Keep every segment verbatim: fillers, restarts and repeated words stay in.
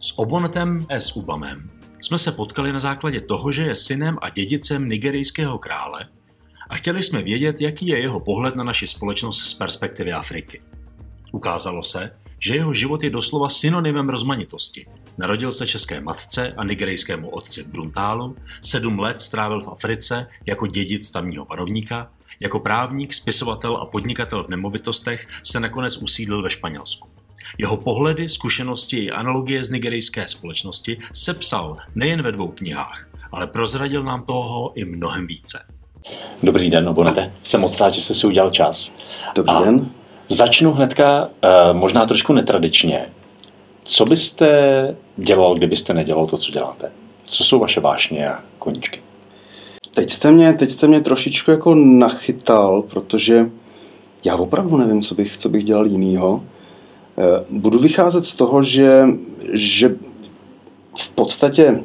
S Obonetem S. Ubamem jsme se potkali na základě toho, že je synem a dědicem nigerijského krále a chtěli jsme vědět, jaký je jeho pohled na naši společnost z perspektivy Afriky. Ukázalo se, že jeho život je doslova synonymem rozmanitosti. Narodil se české matce a nigerijskému otci v Bruntálu, sedm let strávil v Africe jako dědic tamního panovníka, jako právník, spisovatel a podnikatel v nemovitostech se nakonec usídlil ve Španělsku. Jeho pohledy, zkušenosti i analogie z nigerijské společnosti sepsal nejen ve dvou knihách, ale prozradil nám toho i mnohem více. Dobrý den, Obonete. Jsem moc rád, že jste si udělal čas. Dobrý a den. Začnu hnedka možná trošku netradičně. Co byste dělal, kdybyste nedělal to, co děláte? Co jsou vaše vášně a koníčky? Teď jste mě, teď jste mě trošičku jako nachytal, protože já opravdu nevím, co bych, co bych dělal jinýho. Budu vycházet z toho, že, že v podstatě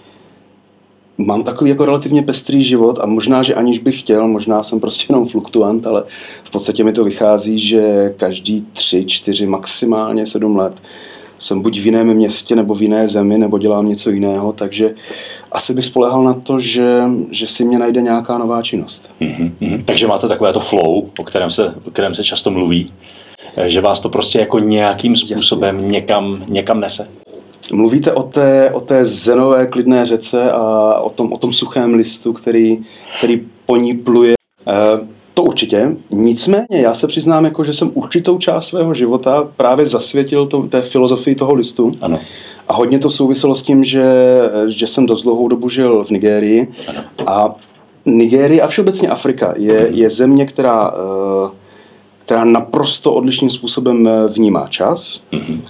mám takový jako relativně pestrý život a možná, že aniž bych chtěl, možná jsem prostě jenom fluktuant, ale v podstatě mi to vychází, že každý tři, čtyři, maximálně sedm let jsem buď v jiném městě nebo v jiné zemi, nebo dělám něco jiného, takže asi bych spoléhal na to, že, že si mě najde nějaká nová činnost. Mm-hmm, mm-hmm. Takže máte takové to flow, o kterém se, o kterém se často mluví, že vás to prostě jako nějakým způsobem Jasně. někam, někam nese. Mluvíte o té, o té zenové klidné řece a o tom, o tom suchém listu, který, který po ní pluje. E, to určitě. Nicméně já se přiznám, jako, že jsem určitou část svého života právě zasvětil to, té filozofii toho listu. Ano. A hodně to souviselo s tím, že, že jsem dost dlouhou dobu žil v Nigérii. Ano. A Nigérie a všeobecně Afrika je, je země, která... E, která naprosto odlišným způsobem vnímá čas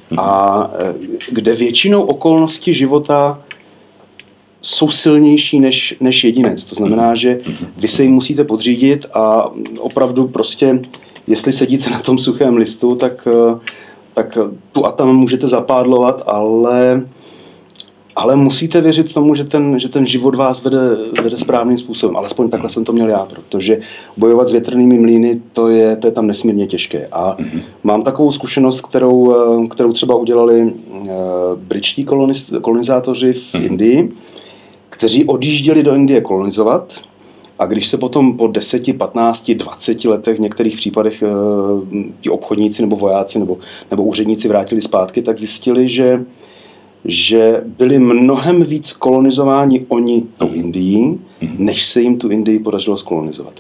a kde většinou okolnosti života jsou silnější než, než jedinec. To znamená, že vy se jim musíte podřídit a opravdu prostě, jestli sedíte na tom suchém listu, tak, tak tu a tam můžete zapádlovat, ale, ale musíte věřit tomu, že ten, že ten život vás vede, vede správným způsobem. Alespoň takhle jsem to měl já, protože bojovat s větrnými mlýny, to je, to je tam nesmírně těžké. A mm-hmm. mám takovou zkušenost, kterou, kterou třeba udělali uh, britští koloniz, kolonizátoři v mm-hmm. Indii, kteří odjížděli do Indie kolonizovat a když se potom po deseti, patnácti, dvaceti letech v některých případech uh, ti obchodníci nebo vojáci nebo, nebo úředníci vrátili zpátky, tak zjistili, že že byli mnohem víc kolonizováni oni tou Indií, než se jim tu Indii podařilo skolonizovat.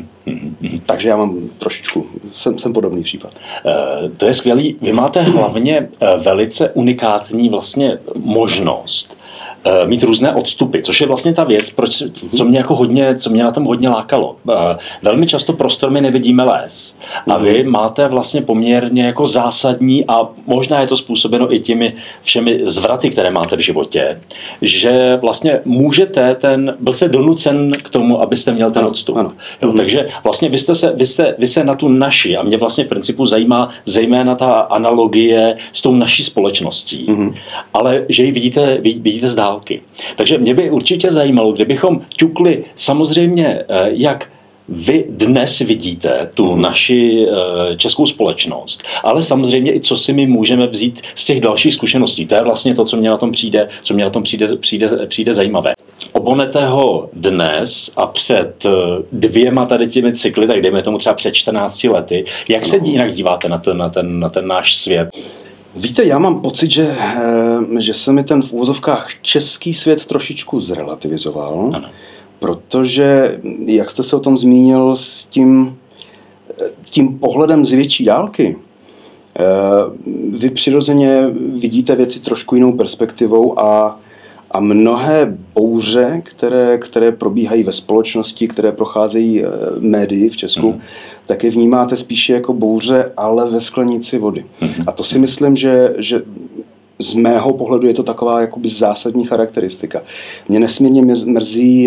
Takže já mám trošičku, jsem, jsem podobný případ. Uh, to je skvělý. Vy máte hlavně uh, velice unikátní vlastně možnost uh, mít různé odstupy, což je vlastně ta věc, proč, co mě jako hodně, co mě na tom hodně lákalo. Uh, velmi často pro stromy nevidíme les a vy máte vlastně poměrně jako zásadní a možná je to způsobeno i těmi všemi zvraty, které máte v životě, že vlastně můžete ten, byl se donucen k tomu, abyste měl ten ano, odstup. Ano. Jo, takže vlastně vy jste, se, vy, jste, vy se na tu naši, a mě vlastně v principu zajímá zejména ta analogie s tou naší společností, mm-hmm. ale že ji vidíte, vidíte z dálky. Takže mě by určitě zajímalo, kdybychom ťukli samozřejmě, jak vy dnes vidíte tu naši českou společnost, ale samozřejmě i co si my můžeme vzít z těch dalších zkušeností. To je vlastně to, co mě na tom přijde, co mě na tom přijde, přijde, přijde zajímavé. Oboneteho dnes a před dvěma tady těmi cykly, tak dejme tomu třeba před čtrnácti lety, jak se jinak díváte na ten, na ten, na ten náš svět? Víte, já mám pocit, že, že se mi ten v úvozovkách český svět trošičku zrelativizoval. Ano. Protože, jak jste se o tom zmínil, s tím, tím pohledem z větší dálky, vy přirozeně vidíte věci trošku jinou perspektivou a, a mnohé bouře, které, které probíhají ve společnosti, které procházejí médii v Česku, mm. tak je vnímáte spíše jako bouře, ale ve sklenici vody. Mm. A to si myslím, že, že z mého pohledu je to taková jakoby zásadní charakteristika. Mě nesmírně mrzí,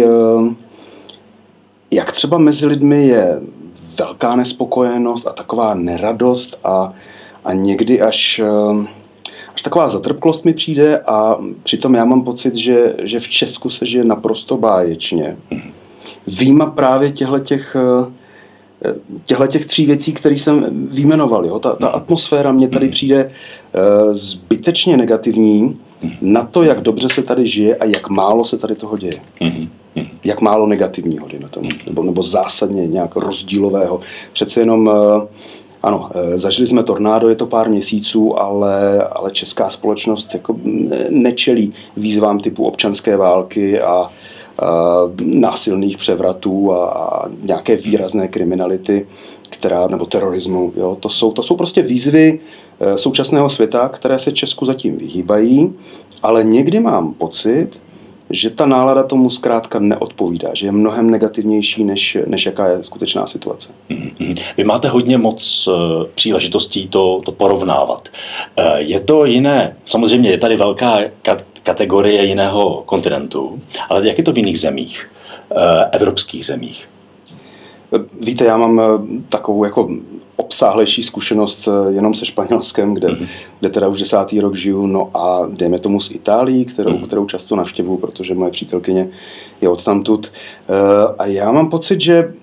jak třeba mezi lidmi je velká nespokojenost a taková neradost a, a někdy až, až taková zatrpklost mi přijde a přitom já mám pocit, že, že v Česku se žije naprosto báječně. Výjima právě těchto těch těchto těch tří věcí, které jsem vyjmenoval. Jo? Ta, ta atmosféra mně tady přijde uh, zbytečně negativní na to, jak dobře se tady žije a jak málo se tady toho děje. Jak málo negativního, na tom, nebo, nebo zásadně nějak rozdílového. Přece jenom, ano, zažili jsme tornádo, je to pár měsíců, ale, ale česká společnost jako nečelí výzvám typu občanské války a, a násilných převratů a, a nějaké výrazné kriminality, která, nebo terorismu. Jo? To, jsou, to jsou prostě výzvy současného světa, které se Česku zatím vyhýbají, ale někdy mám pocit, že ta nálada tomu zkrátka neodpovídá, že je mnohem negativnější, než, než jaká je skutečná situace. Vy máte hodně moc uh, příležitostí to, to porovnávat. Uh, je to jiné, samozřejmě je tady velká kat- kategorie jiného kontinentu, ale jak je to v jiných zemích, uh, evropských zemích? Víte, já mám takovou jako obsáhlejší zkušenost jenom se Španělskem, kde, mm-hmm. kde teda už desátý rok žiju, no a dejme tomu s Itálií, kterou, mm-hmm. kterou často navštěvuju, protože moje přítelkyně je odtamtud. A já mám pocit, že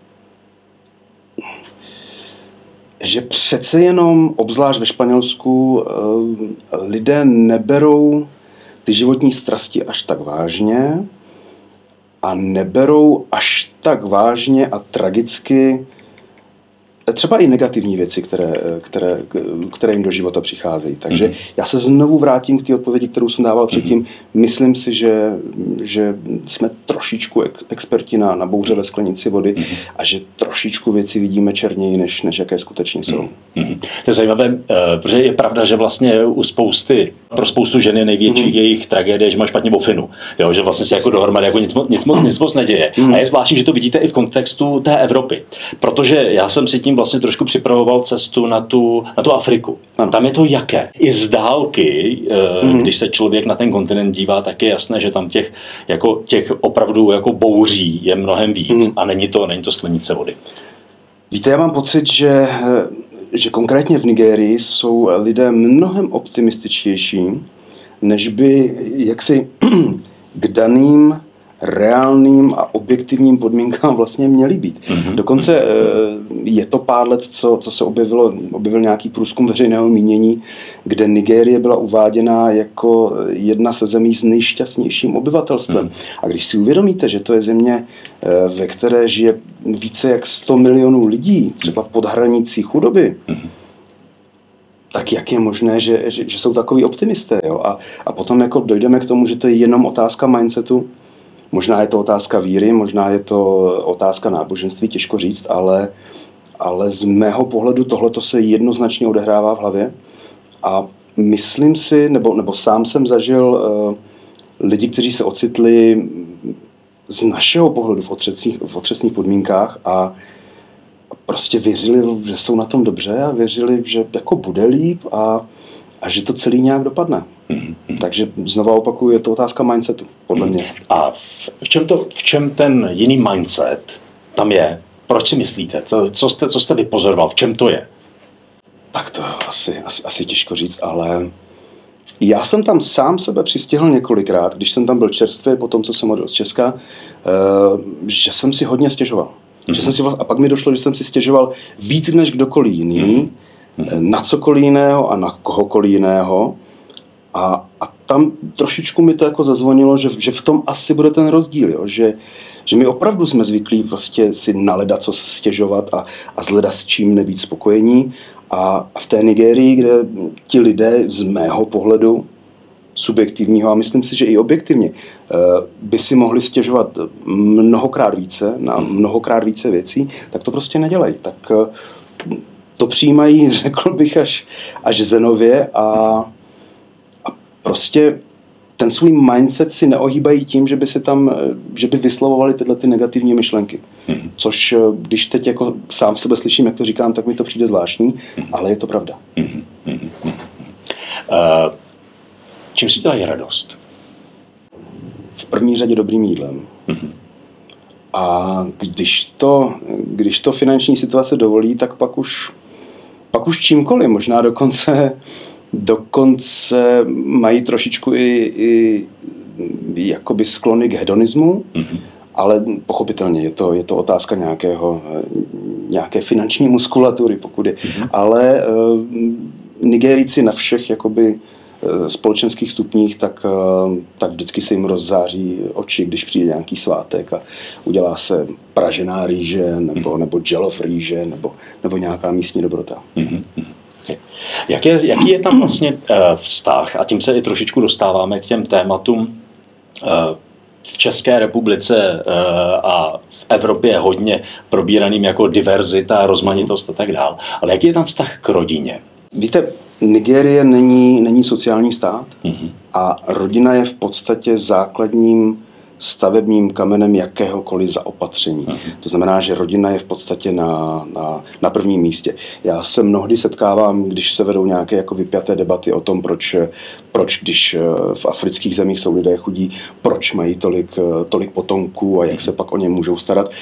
že přece jenom, obzvlášť ve Španělsku, lidé neberou ty životní strasti až tak vážně a neberou až tak vážně a tragicky třeba i negativní věci, které, které, které jim do života přicházejí. Takže mm-hmm. já se znovu vrátím k té odpovědi, kterou jsem dával předtím. Mm-hmm. Myslím si, že, že jsme trošičku experti na, na bouře ve sklenici vody mm-hmm. a že trošičku věci vidíme černěji, než, než jaké skutečně jsou. Mm-hmm. To je zajímavé, protože je pravda, že vlastně u spousty, pro spoustu žen je největší mm-hmm. jejich tragédie, že má špatně bofinu. Jo, že vlastně se jako dohromady jako nic, nic, moc, nic moc neděje. Mm-hmm. A je zvláštní, že to vidíte i v kontextu té Evropy. Protože já jsem si tím vlastně trošku připravoval cestu na tu, na tu Afriku. Ano. Tam je to jaké? I z dálky, mm. když se člověk na ten kontinent dívá, tak je jasné, že tam těch, jako, těch opravdu jako bouří je mnohem víc mm. a není to, není to sklenice vody. Víte, já mám pocit, že, že konkrétně v Nigérii jsou lidé mnohem optimističtější, než by jaksi k daným reálným a objektivním podmínkám vlastně měly být. Mm-hmm. Dokonce je to pár let, co, co se objevilo, objevil nějaký průzkum veřejného mínění, kde Nigérie byla uváděna jako jedna ze zemí s nejšťastnějším obyvatelstvem. Mm. A když si uvědomíte, že to je země, ve které žije více jak sto milionů lidí, třeba pod hranicí chudoby, mm. tak jak je možné, že, že, že jsou takový optimisté? Jo? A, a potom jako dojdeme k tomu, že to je jenom otázka mindsetu. Možná je to otázka víry, možná je to otázka náboženství, těžko říct, ale, ale z mého pohledu tohleto se jednoznačně odehrává v hlavě. A myslím si, nebo, nebo sám jsem zažil uh, lidi, kteří se ocitli z našeho pohledu v otřesných, v otřesných podmínkách a prostě věřili, že jsou na tom dobře a věřili, že jako bude líp a, a že to celý nějak dopadne. Mm-hmm. Takže znova opakuju, je to otázka mindsetu, podle mě. A v čem, to, v čem ten jiný mindset tam je? Proč si myslíte? Co, co, jste, co jste vypozoroval? V čem to je? Tak to asi, asi, asi těžko říct, ale já jsem tam sám sebe přistihl několikrát, když jsem tam byl čerstvě po tom, co jsem odjel z Česka, že jsem si hodně stěžoval. Mm-hmm. Že jsem si vlastně, a pak mi došlo, že jsem si stěžoval víc než kdokoliv jiný, mm-hmm. na cokoliv jiného a na kohokoliv jiného. A, a tam trošičku mi to jako zazvonilo, že, že v tom asi bude ten rozdíl, jo? Že, že my opravdu jsme zvyklí prostě si na leda co stěžovat a, a z leda s čím nebýt spokojení. A v té Nigérii, kde ti lidé z mého pohledu subjektivního a myslím si, že i objektivně by si mohli stěžovat mnohokrát více na mnohokrát více věcí, tak to prostě nedělají. Tak to přijímají, řekl bych, až, až zenově a prostě ten svůj mindset si neohýbají tím, že by se tam, že by vyslovovali tyhle ty negativní myšlenky. Mm-hmm. Což když teď jako sám sebe slyším, jak to říkám, tak mi to přijde zvláštní, mm-hmm. ale je to pravda. Mm-hmm. Uh, čím si dělají radost? V první řadě dobrým jídlem. Mm-hmm. A když to, když to finanční situace dovolí, tak pak už, pak už čímkoliv, možná dokonce Dokonce mají trošičku i, i jakoby sklony k hedonismu, mm-hmm. ale pochopitelně je to, je to otázka nějakého, nějaké finanční muskulatury, pokud je. Mm-hmm. Ale uh, Nigerijci na všech jakoby společenských stupních, tak, tak vždycky se jim rozzáří oči, když přijde nějaký svátek a udělá se pražená rýže nebo, nebo jollof rýže nebo, nebo nějaká místní dobrota. Mm-hmm. Okay. Jak je, jaký je tam vlastně uh, vztah, a tím se i trošičku dostáváme k těm tématům uh, v České republice uh, a v Evropě hodně probíraným jako diverzita, rozmanitost a tak dál. Ale jaký je tam vztah k rodině? Víte, Nigérie není, není sociální stát mm-hmm. a rodina je v podstatě základním stavebním kamenem jakéhokoliv zaopatření. Mm-hmm. To znamená, že rodina je v podstatě na, na, na prvním místě. Já se mnohdy setkávám, když se vedou nějaké jako vypjaté debaty o tom, proč, proč když v afrických zemích jsou lidé chudí, proč mají tolik, tolik potomků a jak se pak o ně můžou starat.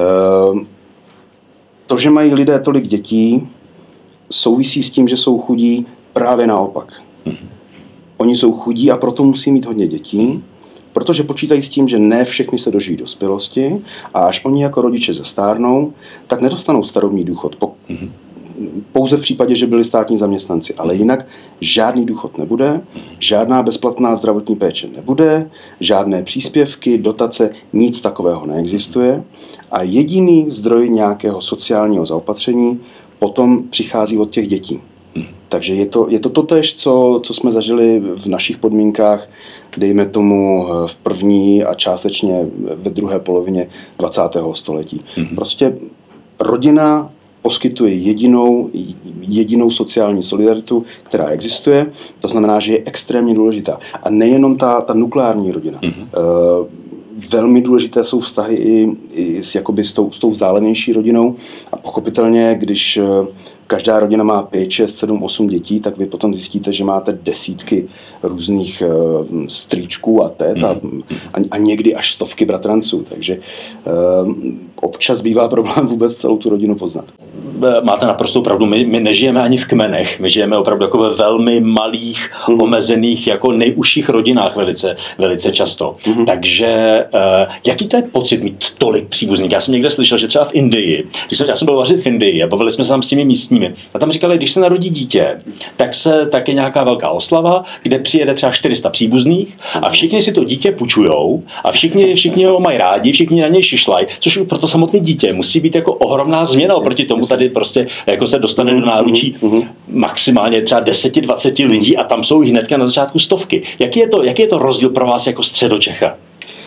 To, že mají lidé tolik dětí, souvisí s tím, že jsou chudí právě naopak. Mm-hmm. Oni jsou chudí a proto musí mít hodně dětí, protože počítají s tím, že ne všechny se dožijí dospělosti a až oni jako rodiče zestárnou, tak nedostanou starobní důchod. Po, mm-hmm. Pouze v případě, že byli státní zaměstnanci, ale jinak žádný důchod nebude, žádná bezplatná zdravotní péče nebude, žádné příspěvky, dotace, nic takového neexistuje a jediný zdroj nějakého sociálního zaopatření potom přichází od těch dětí. Takže je to, je to totéž, co, co jsme zažili v našich podmínkách, dejme tomu v první a částečně ve druhé polovině dvacátého století. Mm-hmm. Prostě rodina poskytuje jedinou, jedinou sociální solidaritu, která existuje. To znamená, že je extrémně důležitá. A nejenom ta, ta nukleární rodina. Mm-hmm. Uh, velmi důležité jsou vztahy i, i s, jakoby s, tou, s tou vzdálenější rodinou. A pochopitelně, když každá rodina má pět, šest, sedm, osm dětí, tak vy potom zjistíte, že máte desítky různých uh, strýčků a tét a, a, a někdy až stovky bratranců. Takže uh, občas bývá problém vůbec celou tu rodinu poznat. Máte naprostou pravdu, my, my nežijeme ani v kmenech, my žijeme opravdu jako ve velmi malých, mm. omezených, jako nejužších rodinách velice, velice často. Mm. Takže uh, jaký to je pocit mít tolik příbuzných? Já jsem někde slyšel, že třeba v Indii, když jsem, já jsem byl vařit v Indii a bavili jsme se tam s těmi místními a tam říkali, když se narodí dítě, tak se tak je nějaká velká oslava, kde přijede třeba čtyři sta příbuzných a všichni si to dítě půjčujou a všichni, všichni ho mají rádi, všichni na něj šišlají, což pro to samotné dítě musí být jako ohromná změna oproti tomu tady prostě jako se dostane do náručí maximálně třeba deset dvacet lidí a tam jsou hnedka na začátku stovky. Jaký je to, jaký je to rozdíl pro vás jako Středočecha?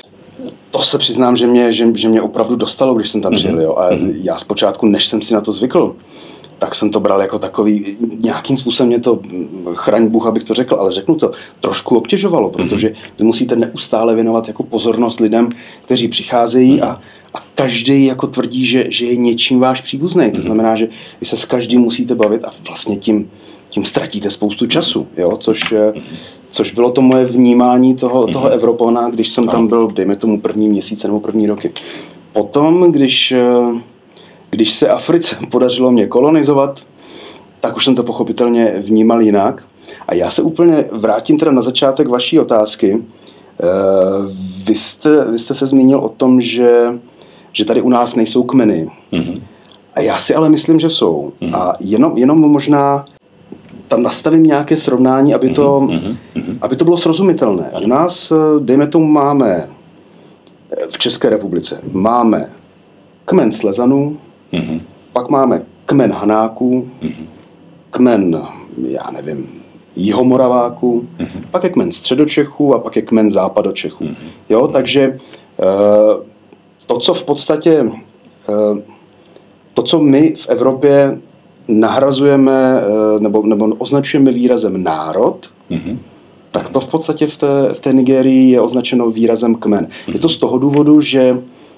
To se přiznám, že mě, že, že mě opravdu dostalo, když jsem tam přijel. Jo. A já zpočátku, než jsem si na to zvykl, tak jsem to bral jako takový, nějakým způsobem mě to, chraň Bůh, abych to řekl, ale řeknu to, trošku obtěžovalo, protože vy musíte neustále věnovat jako pozornost lidem, kteří přicházejí a, a každý jako tvrdí, že, že je něčím váš příbuzný. To znamená, že vy se s každým musíte bavit a vlastně tím, tím ztratíte spoustu času, jo? Což, což bylo to moje vnímání toho, toho Evropana, když jsem tam byl, dejme tomu první měsíce nebo první roky. Potom, když... Když se Africe podařilo mě kolonizovat, tak už jsem to pochopitelně vnímal jinak. A já se úplně vrátím teda na začátek vaší otázky. Vy jste, vy jste se zmínil o tom, že, že tady u nás nejsou kmeny. Mm-hmm. A já si ale myslím, že jsou. Mm-hmm. A jenom, jenom možná tam nastavím nějaké srovnání, aby to, mm-hmm. aby to bylo srozumitelné. U nás, dejme tomu, máme v České republice máme kmen Slezanů, mm-hmm. pak máme kmen Hanáků, mm-hmm. kmen, já nevím, Jihomoraváků, mm-hmm. pak je kmen Středočechů a pak je kmen Západočechů. Mm-hmm. Jo, takže to, co v podstatě, to, co my v Evropě nahrazujeme nebo, nebo označujeme výrazem národ, mm-hmm. tak to v podstatě v té, v té Nigérii je označeno výrazem kmen. Mm-hmm. Je to z toho důvodu, že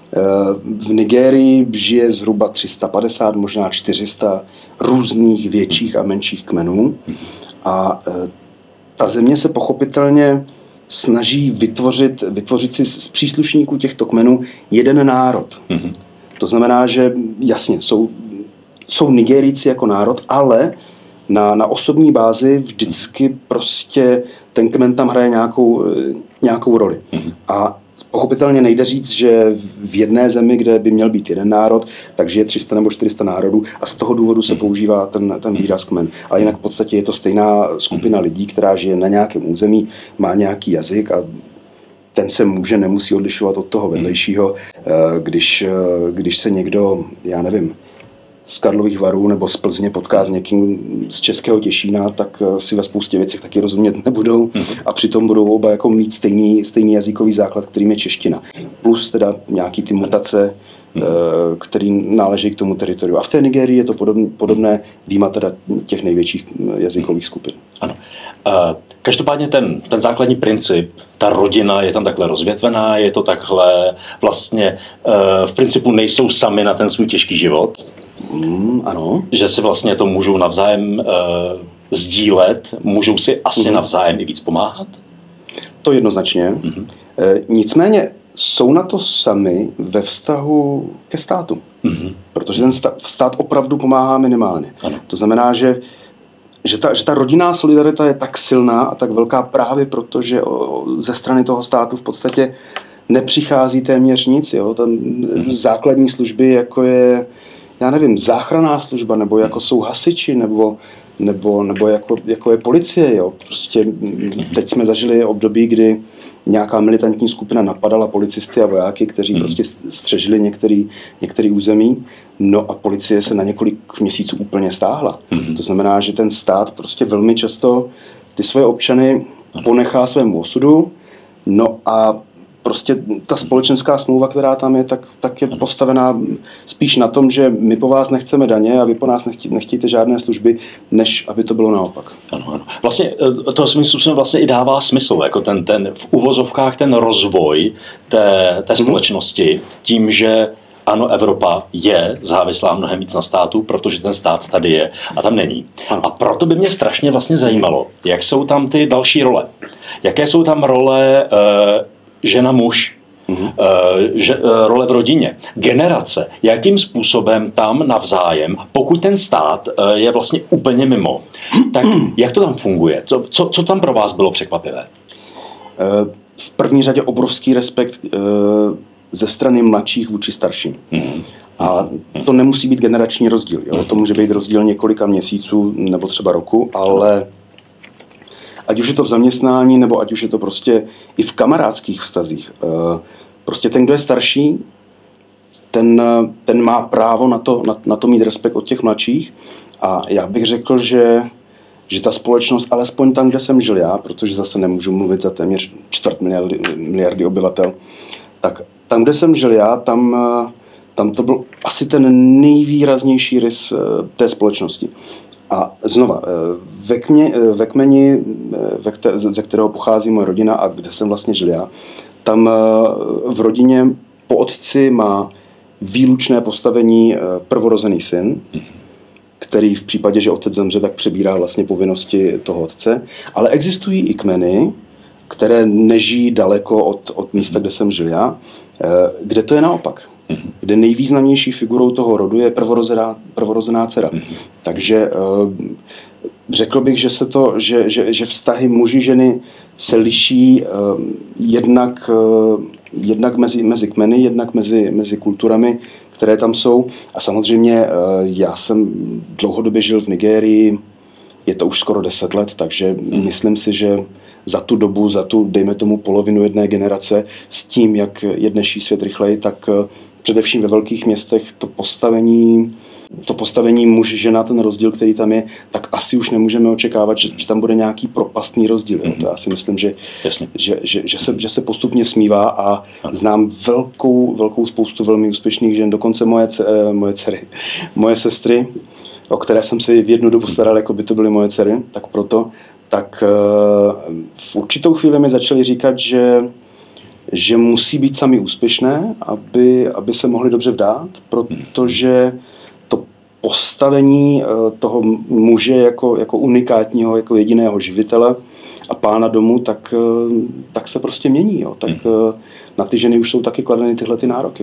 v Nigérii žije zhruba tři sta padesát, možná čtyři sta různých větších a menších kmenů a ta země se pochopitelně snaží vytvořit, vytvořit si z příslušníků těchto kmenů jeden národ. Mm-hmm. To znamená, že jasně, jsou, jsou Nigérijci jako národ, ale na, na osobní bázi vždycky prostě ten kmen tam hraje nějakou, nějakou roli. Mm-hmm. A Pochopitelně nejde říct, že v jedné zemi, kde by měl být jeden národ, takže je tři sta nebo čtyři sta národů a z toho důvodu se používá ten, ten výraz kmen. Ale jinak v podstatě je to stejná skupina lidí, která žije na nějakém území, má nějaký jazyk a ten se může, nemusí odlišovat od toho vedlejšího. Když, když se někdo, já nevím, z Karlových Varů nebo z Plzně potká s někým z Českého Těšína, tak si ve spoustě věcech taky rozumět nebudou a přitom budou oba jako mít stejný, stejný jazykový základ, kterým je čeština. Plus teda nějaký ty mutace, který náleží k tomu teritoriu. A v té Nigérii je to podobné, podobné výjima teda těch největších jazykových skupin. Ano. Každopádně ten, ten základní princip, ta rodina je tam takhle rozvětvená, je to takhle vlastně v principu nejsou sami na ten svůj těžký život. Mm, ano. Že si vlastně to můžou navzájem uh, sdílet, můžou si asi mm. navzájem i víc pomáhat? To jednoznačně. Mm. E, nicméně jsou na to sami ve vztahu ke státu. Mm. Protože ten stát, stát opravdu pomáhá minimálně. Ano. To znamená, že, že, ta, že ta rodinná solidarita je tak silná a tak velká právě proto, že o, ze strany toho státu v podstatě nepřichází téměř nic. Jo? Tam mm. základní služby, jako je já nevím, záchranná služba, nebo jako jsou hasiči, nebo, nebo, nebo jako, jako je policie. Jo. Prostě teď jsme zažili období, kdy nějaká militantní skupina napadala policisty a vojáky, kteří mm. prostě střežili některý, některý území. No a policie se na několik měsíců úplně stáhla. Mm. To znamená, že ten stát prostě velmi často ty svoje občany ponechá svému osudu. No a prostě ta společenská smlouva, která tam je, tak, tak je postavená spíš na tom, že my po vás nechceme daně a vy po nás nechtí, nechtějte žádné služby, než aby to bylo naopak. Ano, ano. Vlastně to svým způsobem vlastně i dává smysl, jako ten, ten v uvozovkách ten rozvoj té, té společnosti, tím, že ano, Evropa je závislá mnohem víc na státu, protože ten stát tady je a tam není. Ano. A proto by mě strašně vlastně zajímalo, jak jsou tam ty další role. Jaké jsou tam role uh, žena, muž, mm-hmm. že, role v rodině, generace, jakým způsobem tam navzájem, pokud ten stát je vlastně úplně mimo, tak jak to tam funguje? Co, co, co tam pro vás bylo překvapivé? V první řadě obrovský respekt ze strany mladších vůči starším. Mm-hmm. A to nemusí být generační rozdíl. Jo? To může být rozdíl několika měsíců nebo třeba roku, ale ať už je to v zaměstnání, nebo ať už je to prostě i v kamarádských vztazích. Prostě ten, kdo je starší, ten, ten má právo na to, na, na to mít respekt od těch mladších. A já bych řekl, že, že ta společnost, alespoň tam, kde jsem žil já, protože zase nemůžu mluvit za téměř čtvrt miliardy, miliardy obyvatel, tak tam, kde jsem žil já, tam, tam to byl asi ten nejvýraznější rys té společnosti. A znova, ve, kmě, ve kmeni, ve kte, ze kterého pochází moje rodina a kde jsem vlastně žil já, tam v rodině po otci má výlučné postavení prvorozený syn, který v případě, že otec zemře, tak přebírá vlastně povinnosti toho otce. Ale existují i kmeny, které nežijí daleko od, od místa, kde jsem žil já, kde to je naopak. Kde nejvýznamnější figurou toho rodu je prvorozená, prvorozená dcera. Takže řekl bych, že, se to, že, že, že vztahy muži ženy se liší jednak, jednak mezi, mezi kmeny, jednak mezi, mezi kulturami, které tam jsou. A samozřejmě já jsem dlouhodobě žil v Nigérii, je to už skoro deset let, takže hmm. myslím si, že za tu dobu, za tu, dejme tomu, polovinu jedné generace, s tím, jak je dnešní svět rychleji, tak především ve velkých městech to postavení, to postavení muž-žena, ten rozdíl, který tam je, tak asi už nemůžeme očekávat, že, že tam bude nějaký propastný rozdíl. Mm-hmm. To já si myslím, že, že, že, že, se, že se postupně smívá a znám velkou, velkou spoustu velmi úspěšných žen, dokonce moje, moje dcery, moje sestry, o které jsem se v jednu dobu staral, jako by to byly moje dcery, tak proto, tak v určitou chvíli mi začali říkat, že že musí být sami úspěšné, aby, aby se mohli dobře vdát, protože to postavení toho muže jako, jako unikátního, jako jediného živitele a pána domu, tak, tak se prostě mění. Jo. Tak na ty ženy už jsou taky kladeny tyhle ty nároky.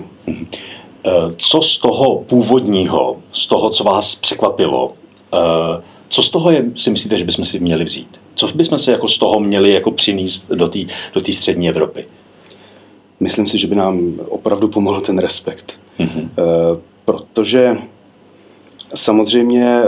Co z toho původního, z toho, co vás překvapilo, co z toho je, si myslíte, že bychom si měli vzít? Co bychom si jako z toho měli jako přinést do té do té střední Evropy? myslím si, že by nám opravdu pomohl ten respekt. Mm-hmm. Protože samozřejmě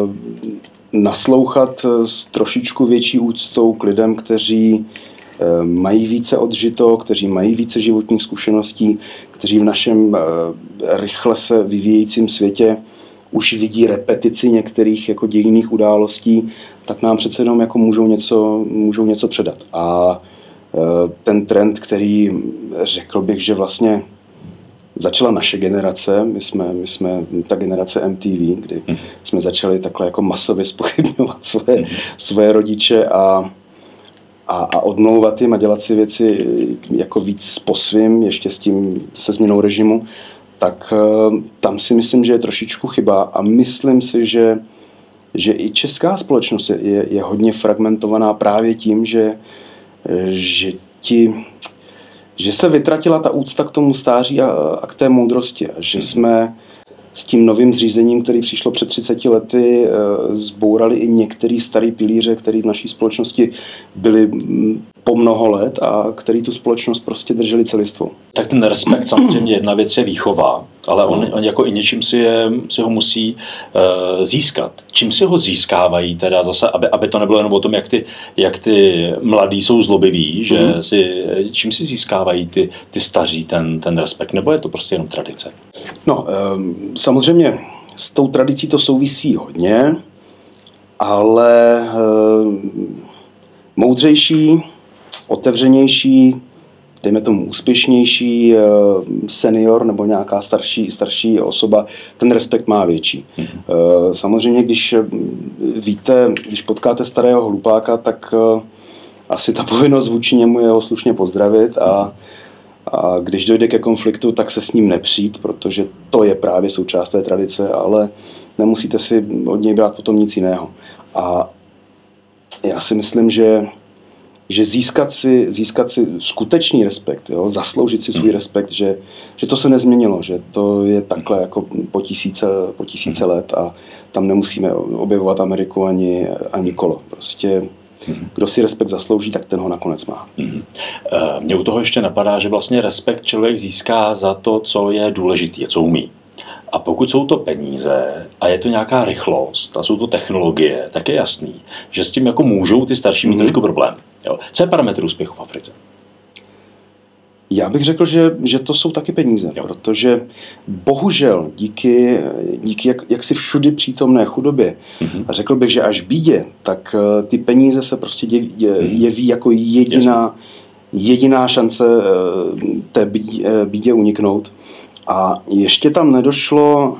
naslouchat s trošičku větší úctou k lidem, kteří mají více odžito, kteří mají více životních zkušeností, kteří v našem rychle se vyvíjejícím světě už vidí repetici některých jako dějinných událostí, tak nám přece jenom jako můžou něco, můžou něco předat. A ten trend, který řekl bych, že vlastně začala naše generace, my jsme, my jsme ta generace M T V, kdy jsme začali takhle jako masově zpochybňovat svoje, svoje rodiče a, a, a odmlouvat jim a dělat si věci jako víc po svým, ještě s tím se změnou režimu, tak tam si myslím, že je trošičku chyba a myslím si, že, že i česká společnost je, je hodně fragmentovaná právě tím, že, že ti že se vytratila ta úcta k tomu stáří a, a k té moudrosti. A že jsme s tím novým zřízením, který přišlo před třiceti lety, zbourali i některý starý pilíře, který v naší společnosti byly po mnoho let a který tu společnost prostě drželi celistvou. Tak ten respekt, samozřejmě jedna věc je výchova, ale on, on jako i něčím si, je, si ho musí uh, získat. Čím si ho získávají teda zase, aby, aby to nebylo jenom o tom, jak ty, jak ty mladí jsou zlobiví, že mm. si, čím si získávají ty, ty staří ten, ten respekt, nebo je to prostě jenom tradice? No, um, samozřejmě s tou tradicí to souvisí hodně, ale um, moudřejší, otevřenější, dejme tomu úspěšnější senior nebo nějaká starší, starší osoba, ten respekt má větší. Mm. Samozřejmě, když víte, když potkáte starého hlupáka, tak asi ta povinnost vůči němu je ho slušně pozdravit a, a když dojde ke konfliktu, tak se s ním nepřijít, protože to je právě součást té tradice, ale nemusíte si od něj brát potom nic jiného. A já si myslím, že že získat si, získat si skutečný respekt, jo, zasloužit si svůj respekt, že, že to se nezměnilo, že to je takhle jako po tisíce, po tisíce let a tam nemusíme objevovat Ameriku ani, ani kolo. Prostě kdo si respekt zaslouží, tak ten ho nakonec má. Mně u toho ještě napadá, že vlastně respekt člověk získá za to, co je důležité, co umí. A pokud jsou to peníze a je to nějaká rychlost a jsou to technologie, tak je jasný, že s tím jako můžou ty starší mít mm-hmm. trošku problém. Jo. Co je parametr úspěchu v Africe? Já bych řekl, že, že to jsou taky peníze, jo. Protože bohužel díky, díky jak, jak si všudy přítomné chudobě, mm-hmm. a řekl bych, že až bídě, tak ty peníze se prostě jeví, jeví jako jediná, jediná šance té bídě, bídě uniknout. A ještě tam nedošlo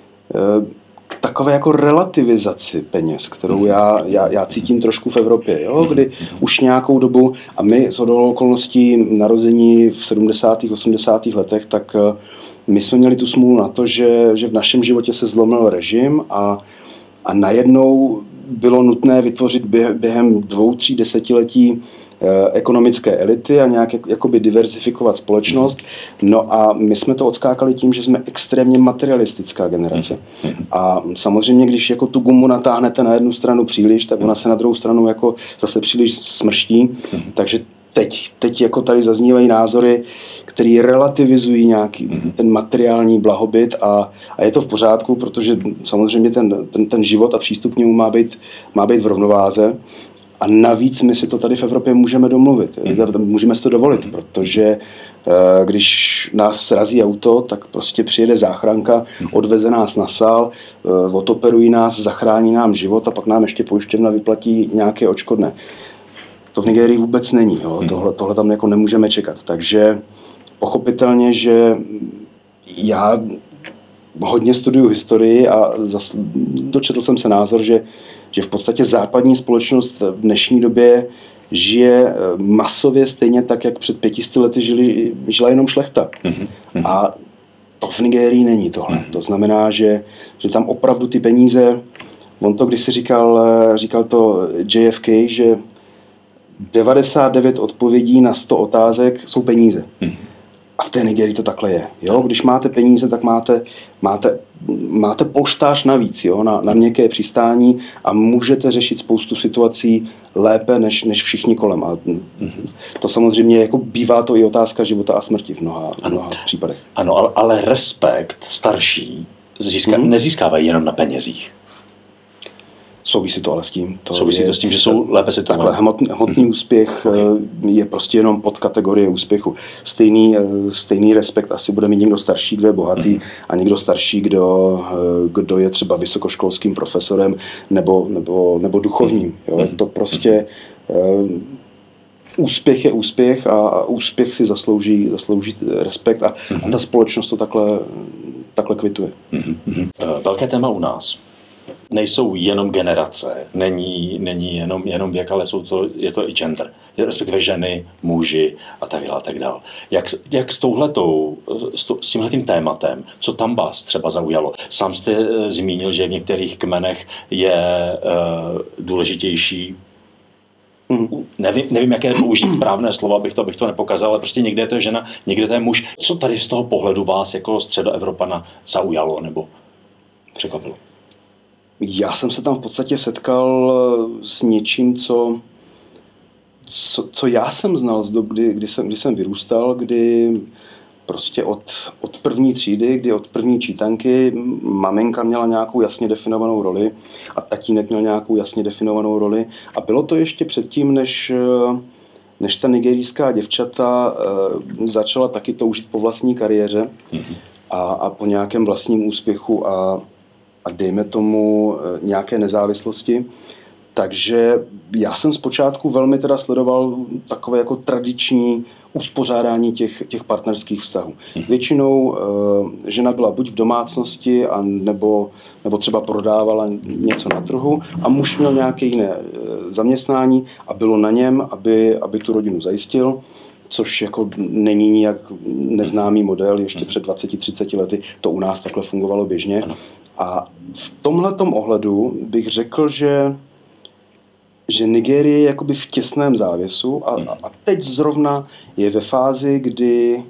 k takové jako relativizaci peněz, kterou já, já, já cítím trošku v Evropě, jo? Kdy už nějakou dobu, a my shodou okolností narození v sedmdesátých osmdesátých letech, tak my jsme měli tu smůlu na to, že, že v našem životě se zlomil režim a, a najednou bylo nutné vytvořit během dvou, tří desetiletí ekonomické elity a nějak jakoby diverzifikovat společnost. No a my jsme to odskákali tím, že jsme extrémně materialistická generace. A samozřejmě, když jako tu gumu natáhnete na jednu stranu příliš, tak ona se na druhou stranu jako zase příliš smrští. Takže teď, teď jako tady zaznívají názory, které relativizují nějaký ten materiální blahobyt a, a je to v pořádku, protože samozřejmě ten, ten, ten život a přístup k němu má být, má být v rovnováze. A navíc my si to tady v Evropě můžeme domluvit, můžeme si to dovolit, protože když nás srazí auto, tak prostě přijede záchranka, odveze nás na sál, otoperují nás, zachrání nám život a pak nám ještě pojišťovna vyplatí nějaké odškodné. To v Nigérii vůbec není, jo? Tohle, tohle tam jako nemůžeme čekat, takže pochopitelně, že já hodně studuju historii a zas, dočetl jsem se názor, že, že v podstatě západní společnost v dnešní době žije masově stejně tak, jak před pětisty lety žili, žila jenom šlechta. Mm-hmm. A to v Nigérii není tohle. Mm-hmm. To znamená, že, že tam opravdu ty peníze, on to kdysi říkal, říkal to J F K, že devadesát devět odpovědí na sto otázek jsou peníze. Mm-hmm. A v té Nigerii to takhle je. Jo? Když máte peníze, tak máte, máte, máte polštář navíc, jo? Na, na měkké přistání a můžete řešit spoustu situací lépe než, než všichni kolem. A to samozřejmě jako bývá to i otázka života a smrti v mnoha, v mnoha případech. Ano, ale, ale respekt starší získá, mm-hmm. nezískávají jenom na penězích. Souvisí to ale s tím. To Souvisí je, to s tím, že jsou lépe situovaní. Takhle hmotný, hmotný úspěch okay. je prostě jenom pod kategorie úspěchu. Stejný, stejný respekt asi bude mít někdo starší, kdo je bohatý, mm. a někdo starší, kdo, kdo je třeba vysokoškolským profesorem nebo, nebo, nebo duchovním. Jo? Mm. To prostě uh, úspěch je úspěch a, a úspěch si zaslouží, zaslouží respekt a, mm. a ta společnost to takhle, takhle kvituje. Mm. Velké téma u nás. Nejsou jenom generace, není, není jenom, jenom věk, ale jsou to, je to i gender, respektive ženy, muži a tak dále, tak dále. Jak, jak s touhletou, s, to, s tímhletým tématem, co tam vás třeba zaujalo? Sám jste e, zmínil, že v některých kmenech je e, důležitější, mm. nevím, nevím, jaké použít správné slova, abych to, abych to nepokázal, ale prostě někde je to žena, někde to je muž. Co tady z toho pohledu vás jako středoevropana zaujalo nebo překvapilo? Já jsem se tam v podstatě setkal s něčím, co, co, co já jsem znal z doby, kdy jsem, kdy jsem vyrůstal, kdy prostě od, od první třídy, kdy od první čítanky maminka měla nějakou jasně definovanou roli a tatínek měl nějakou jasně definovanou roli. A bylo to ještě předtím, než, než ta nigerijská děvčata začala taky toužit po vlastní kariéře a, a po nějakém vlastním úspěchu a a dejme tomu nějaké nezávislosti. Takže já jsem zpočátku velmi teda sledoval takové jako tradiční uspořádání těch, těch partnerských vztahů. Většinou e, žena byla buď v domácnosti, a nebo, nebo třeba prodávala něco na trhu a muž měl nějaké jiné e, zaměstnání a bylo na něm, aby, aby tu rodinu zajistil, což jako není nijak neznámý model, ještě před dvaceti třiceti lety to u nás takhle fungovalo běžně. A v tomhletom ohledu bych řekl, že, že Nigérie je jakoby v těsném závěsu a, a teď zrovna je ve fázi, kdy,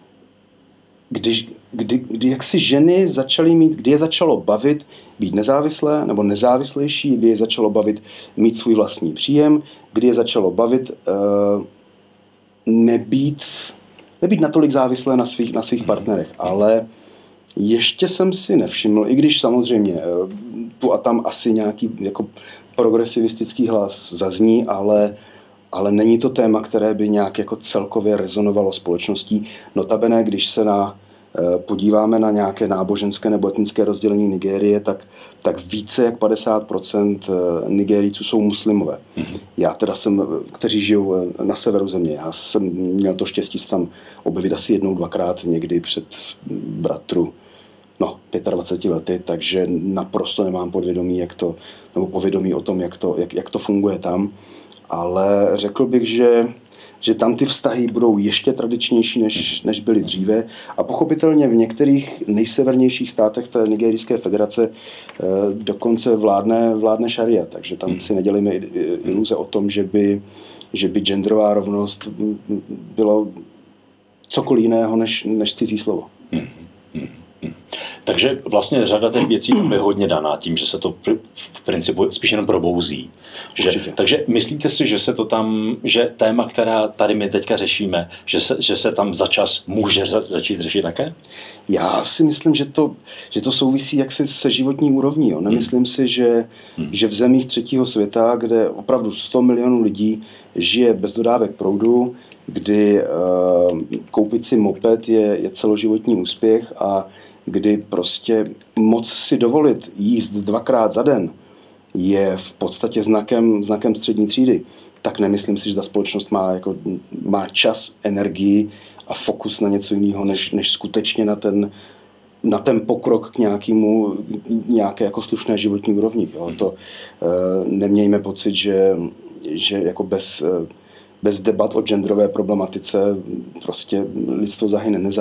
kdy, kdy, kdy jaksi ženy začaly mít, kdy je začalo bavit být nezávislé nebo nezávislejší, kdy je začalo bavit mít svůj vlastní příjem, kdy je začalo bavit uh, nebýt, nebýt natolik závislé na svých, na svých partnerech, ale ještě jsem si nevšiml, i když samozřejmě tu a tam asi nějaký jako progresivistický hlas zazní, ale, ale není to téma, které by nějak jako celkově rezonovalo společností. Notabene, když se na, podíváme na nějaké náboženské nebo etnické rozdělení Nigérie, tak, tak více jak padesát procent Nigérijců jsou muslimové. Já teda jsem, kteří žijou na severu země, já jsem měl to štěstí se tam objevit asi jednou, dvakrát někdy před bratru no, dvaceti pěti lety, takže naprosto nemám podvědomí, jak to, nebo povědomí o tom, jak to, jak, jak to funguje tam, ale řekl bych, že že tam ty vztahy budou ještě tradičnější, než, než byly dříve. A pochopitelně v některých nejsevernějších státech té Nigerijské federace eh, dokonce vládne, vládne šaria. Takže tam si nedělejme iluze o tom, že by, že by genderová rovnost bylo cokoliv jiného než, než cizí slovo. Hmm. Hmm. Hmm. Takže vlastně řada těch věcí je hodně daná tím, že se to v principu spíš jenom probouzí. Že, takže myslíte si, že se to tam, že téma, která tady my teďka řešíme, že se, že se tam za čas může začít řešit také? Já si myslím, že to, že to souvisí jaksi se životní úrovní. Jo. Nemyslím hmm. si, že, hmm. že v zemích třetího světa, kde opravdu sto milionů lidí žije bez dodávek proudu, kdy uh, koupit si moped je, je celoživotní úspěch a kdy prostě moc si dovolit jíst dvakrát za den je v podstatě znakem, znakem střední třídy, tak nemyslím si, že ta společnost má, jako, má čas, energii a fokus na něco jiného, než, než skutečně na ten, na ten pokrok k nějakému, nějaké jako slušné životní úrovni. Jo. To, e, nemějme pocit, že, že jako bez, bez debat o genderové problematice prostě lidstvo zahyne, nezahyne.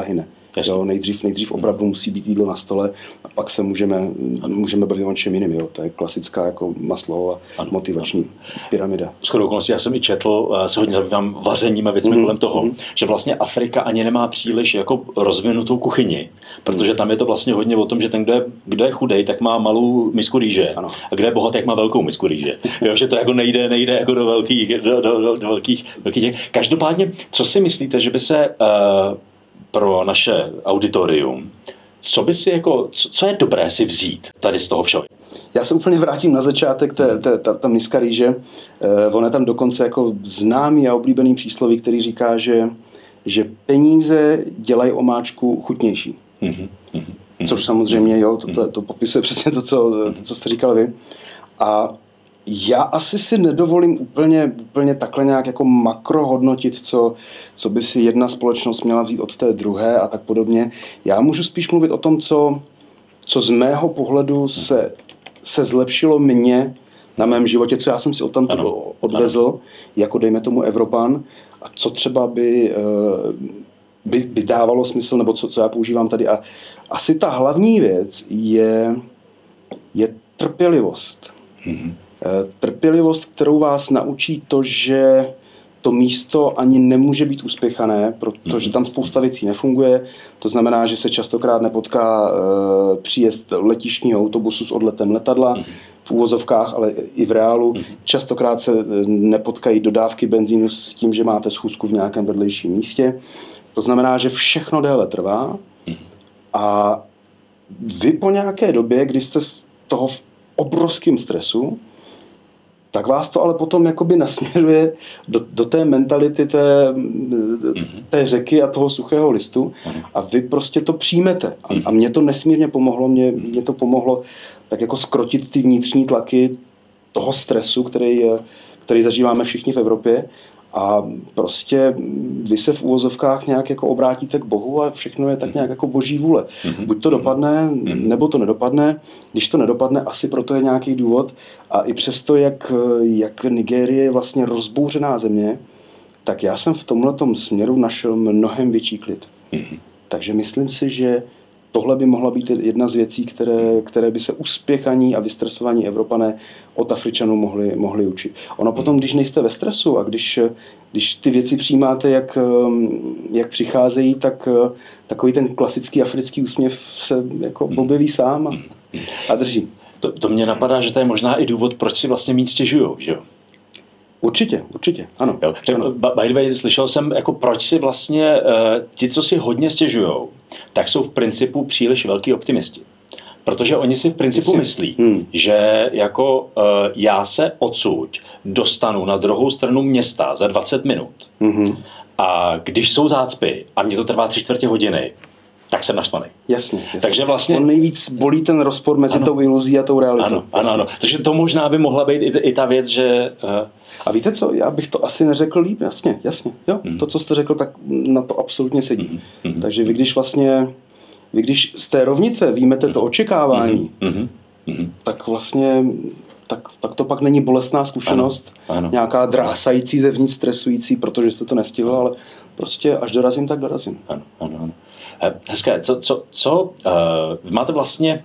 Jo, nejdřív, nejdřív opravdu musí být jídlo na stole a pak se můžeme, můžeme bavit o čem jiným. Jo. To je klasická jako Maslowova motivační pyramida. Shodou okolností, já jsem i četl, se hodně zabývám vařením a věcmi mm. kolem toho, mm. že vlastně Afrika ani nemá příliš jako rozvinutou kuchyni, protože tam je to vlastně hodně o tom, že ten, kdo je, kdo je chudej, tak má malou misku rýže, ano. A kdo je bohatý, tak má velkou misku rýže. Jo, že to jako nejde, nejde jako do velkých, do, do, do, do velkých, velkých těch. Každopádně, co si myslíte, že by se uh, pro naše auditorium, co by si jako, co, co je dobré si vzít tady z toho všeho? Já se úplně vrátím na začátek, té, té, ta, ta miska rýže. Eh, on je tam dokonce jako známý a oblíbený přísloví, který říká, že, že peníze dělají omáčku chutnější. Mm-hmm. Mm-hmm. Což samozřejmě, jo, to, to, to popisuje přesně to co, to, co jste říkal vy. A já asi si nedovolím úplně, úplně takhle nějak jako makro hodnotit, co, co by si jedna společnost měla vzít od té druhé a tak podobně. Já můžu spíš mluvit o tom, co, co z mého pohledu se, se zlepšilo mně na mém životě, co já jsem si odtamtud odvezl, ano. Jako dejme tomu Evropan, a co třeba by, by, by dávalo smysl, nebo co, co já používám tady. A asi ta hlavní věc je, je trpělivost. Mm-hmm. Trpělivost, kterou vás naučí to, že to místo ani nemůže být uspěchané, protože tam spousta věcí nefunguje. To znamená, že se častokrát nepotká příjezd letištního autobusu s odletem letadla v úvozovkách, ale i v reálu. Častokrát se nepotkají dodávky benzínu s tím, že máte schůzku v nějakém vedlejším místě. To znamená, že všechno déle trvá a vy po nějaké době, kdy jste z toho v obrovském stresu, tak vás to ale potom jakoby nasměruje do, do té mentality té, té řeky a toho suchého listu a vy prostě to přijmete. A, a mě to nesmírně pomohlo, mě, mě to pomohlo tak jako skrotit ty vnitřní tlaky toho stresu, který, který zažíváme všichni v Evropě. A prostě vy se v úvozovkách nějak jako obrátíte k Bohu a všechno je tak nějak jako boží vůle. Buď to dopadne, nebo to nedopadne. Když to nedopadne, asi proto je nějaký důvod. A i přesto, jak, jak Nigérie je vlastně rozbouřená země, tak já jsem v tomhletom směru našel mnohem větší klid. Takže myslím si, že tohle by mohla být jedna z věcí, které, které by se uspěchaní a vystresovaní Evropané od Afričanů mohli, mohli učit. Ono potom, když nejste ve stresu a když, když ty věci přijímáte, jak, jak přicházejí, tak takový ten klasický africký úsměv se jako objeví sám a, a drží. To, to mě napadá, že to je možná i důvod, proč si vlastně víc stěžujou, že jo? Určitě, určitě, ano. Jo, ano. By the way, slyšel jsem, jako proč si vlastně uh, ti, co si hodně stěžujou, tak jsou v principu příliš velký optimisti. Protože oni si v principu Jasně. myslí, hmm. že jako uh, já se odsud dostanu na druhou stranu města za dvacet minut. Hmm. A když jsou zácpy a mě to trvá tři čtvrtě hodiny, tak jsem naštvaný. Jasně, jasně. Takže vlastně on nejvíc bolí ten rozpor mezi ano. tou iluzí a tou realitou. Ano, ano, ano. Takže to možná by mohla být i, i ta věc, že... Uh, A víte co, já bych to asi neřekl líp, jasně, jasně. Jo, mm. to, co jste řekl, tak na to absolutně sedí. Mm. Takže vy když vlastně, vy když z té rovnice výjmete to očekávání, mm. Mm. tak vlastně, tak, tak to pak není bolestná zkušenost, ano, ano. nějaká drásající zevnitř, stresující, protože jste to nestihl, ale prostě až dorazím, tak dorazím. Ano, ano, ano. Hezké, co, co, co uh, máte vlastně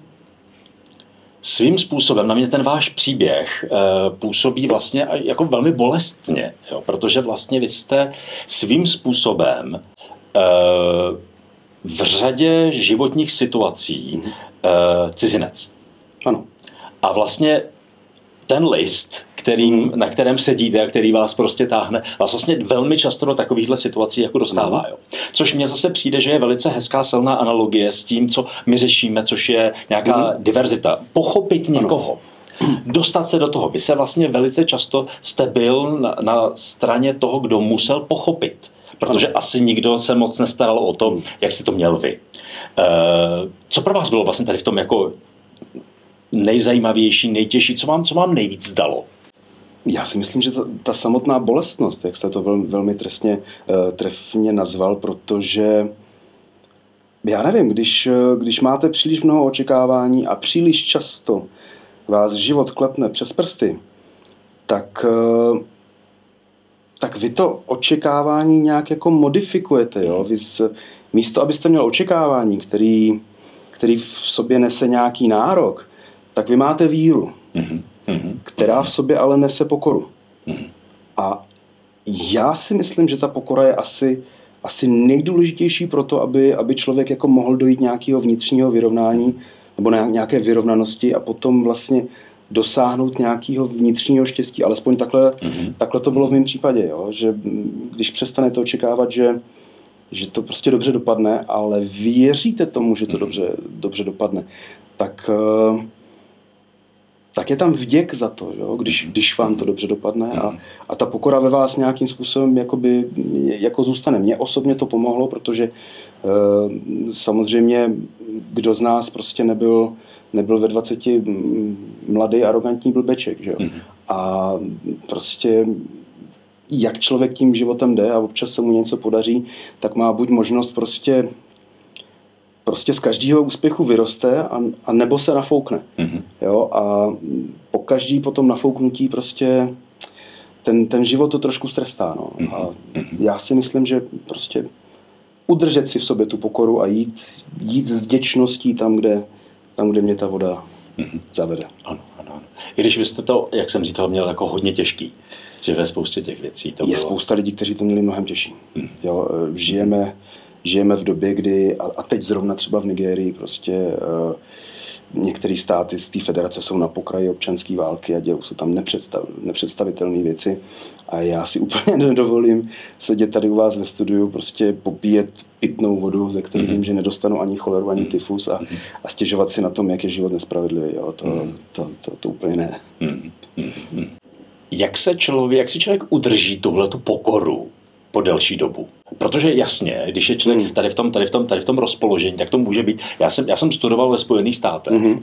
svým způsobem, na mě ten váš příběh uh, působí vlastně jako velmi bolestně, jo, protože vlastně vy jste svým způsobem uh, v řadě životních situací uh, cizinec. Ano. A vlastně ten list, kterým, na kterém sedíte a který vás prostě táhne, vás vlastně velmi často do takovýchhle situací jako dostává. Jo. Což mně zase přijde, že je velice hezká silná analogie s tím, co my řešíme, což je nějaká mm. diverzita. Pochopit někoho. Ano. Dostat se do toho. Vy se vlastně velice často jste byl na, na straně toho, kdo musel pochopit. Protože ano. asi nikdo se moc nestaral o to, jak si to měl vy. E, co pro vás bylo vlastně tady v tom jako nejzajímavější, nejtěžší, co vám, co vám nejvíc dalo? Já si myslím, že ta, ta samotná bolestnost, jak jste to velmi, velmi trestně, uh, trefně nazval, protože já nevím, když, když máte příliš mnoho očekávání a příliš často vás život klepne přes prsty, tak uh, tak vy to očekávání nějak jako modifikujete. Jo? Vy z, místo, abyste měl očekávání, který, který v sobě nese nějaký nárok, tak vy máte víru, mm-hmm. která v sobě ale nese pokoru. Mm-hmm. A já si myslím, že ta pokora je asi, asi nejdůležitější pro to, aby, aby člověk jako mohl dojít nějakého vnitřního vyrovnání nebo nějaké vyrovnanosti a potom vlastně dosáhnout nějakého vnitřního štěstí. Alespoň takhle, mm-hmm. takhle to bylo v mém případě. Jo? Že když přestanete očekávat, že, že to prostě dobře dopadne, ale věříte tomu, že to dobře, dobře dopadne, tak, tak je tam vděk za to, jo? Když, když vám to dobře dopadne a, a ta pokora ve vás nějakým způsobem jakoby, jako zůstane. Mně osobně to pomohlo, protože samozřejmě kdo z nás prostě nebyl nebyl ve dvaceti mladý, arrogantní blbeček. Že jo? Mm-hmm. A prostě jak člověk tím životem jde a občas se mu něco podaří, tak má buď možnost prostě prostě z každého úspěchu vyroste a, a nebo se nafoukne. Mm-hmm. Jo? A po každý potom nafouknutí prostě ten, ten život to trošku strestá. No. Mm-hmm. A já si myslím, že prostě udržet si v sobě tu pokoru a jít, jít s vděčností tam, kde tam, kde mě ta voda mm-hmm. zavede. Ano, ano, ano. I když vy jste to, jak jsem říkal, měl jako hodně těžký, že ve spoustě těch věcí to Je bylo... spousta lidí, kteří to měli mnohem těžší. Mm. Jo, žijeme, žijeme v době, kdy, a, a teď zrovna třeba v Nigérii, prostě uh, některé státy z té federace jsou na pokraji občanské války a dělou se tam nepředstav, nepředstavitelné věci. A já si úplně nedovolím sedět tady u vás ve studiu, prostě popíjet pitnou vodu, ze které mm-hmm. vím, že nedostanu ani choleru, ani tyfus a, mm-hmm. a stěžovat si na tom, jak je život nespravedlivý. Jo, to, mm-hmm. to, to, to, to úplně ne. Mm-hmm. Jak se člověk, jak si člověk udrží tuhletu pokoru po delší dobu? Protože jasně, když je člověk tady v tom, tady v tom, tady v tom rozpoložení, tak to může být. Já jsem, já jsem studoval ve Spojených státech mm-hmm.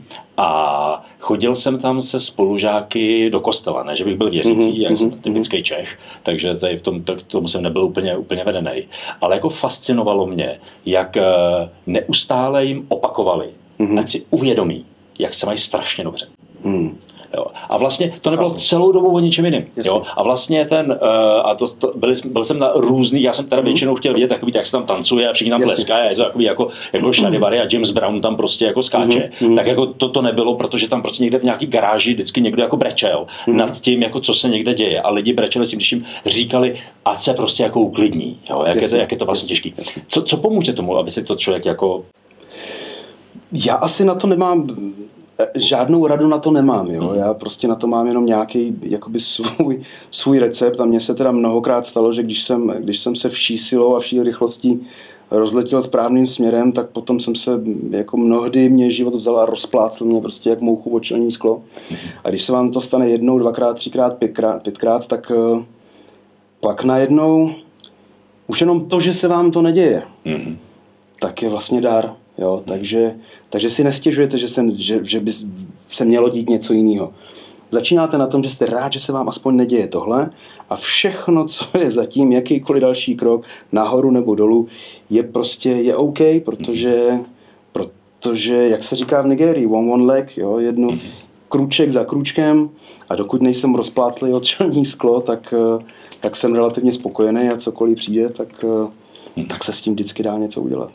a chodil jsem tam se spolužáky do kostela, ne, že bych byl věřící, mm-hmm. jak jsem typický Čech, takže tady v tom, tak tomu jsem nebyl úplně, úplně vedený. Ale jako fascinovalo mě, jak neustále jim opakovali, mm-hmm. ať si uvědomí, jak se mají strašně dobře. Mm. Jo. A vlastně to nebylo celou dobu o ničem jiným. Jo. A vlastně ten, uh, a to, to byl, byl jsem na různých, já jsem teda většinou chtěl vidět takový, jak se tam tancuje a všichni tam tleskají, je to takový jako, jako Shadivary a James Brown tam prostě jako skáče. Mm-hmm. Tak jako to, to nebylo, protože tam prostě někde v nějaký garáži vždycky někdo jako brečel mm-hmm. nad tím, jako co se někde děje. A lidi brečeli s tím, když jim říkali, ať se prostě jako uklidní. Jo. Jak, je to, jak je to vlastně těžký. Co, co pomůže tomu, aby si to člověk jako... Já asi na to nemám... Žádnou radu na to nemám, jo. Já prostě na to mám jenom nějaký jakoby svůj, svůj recept a mně se teda mnohokrát stalo, že když jsem, když jsem se vší silou a vší rychlostí rozletěl správným směrem, tak potom jsem se jako mnohdy mě život vzal a rozplácl mě prostě jak mouchu o čelní sklo. A když se vám to stane jednou, dvakrát, třikrát, pětkrát, pětkrát, tak pak najednou už jenom to, že se vám to neděje, mm-hmm. tak je vlastně dar. Jo, takže, takže si nestěžujete, že, se, že, že by se mělo dít něco jiného. Začínáte na tom, že jste rád, že se vám aspoň neděje tohle a všechno, co je zatím, jakýkoliv další krok, nahoru nebo dolů, je prostě je OK, protože, protože jak se říká v Nigérii, one one leg, jo, jednu krůček za krůčkem a dokud nejsem rozplátlý od čelní sklo, tak, tak jsem relativně spokojený a cokoliv přijde, tak, tak se s tím vždycky dá něco udělat.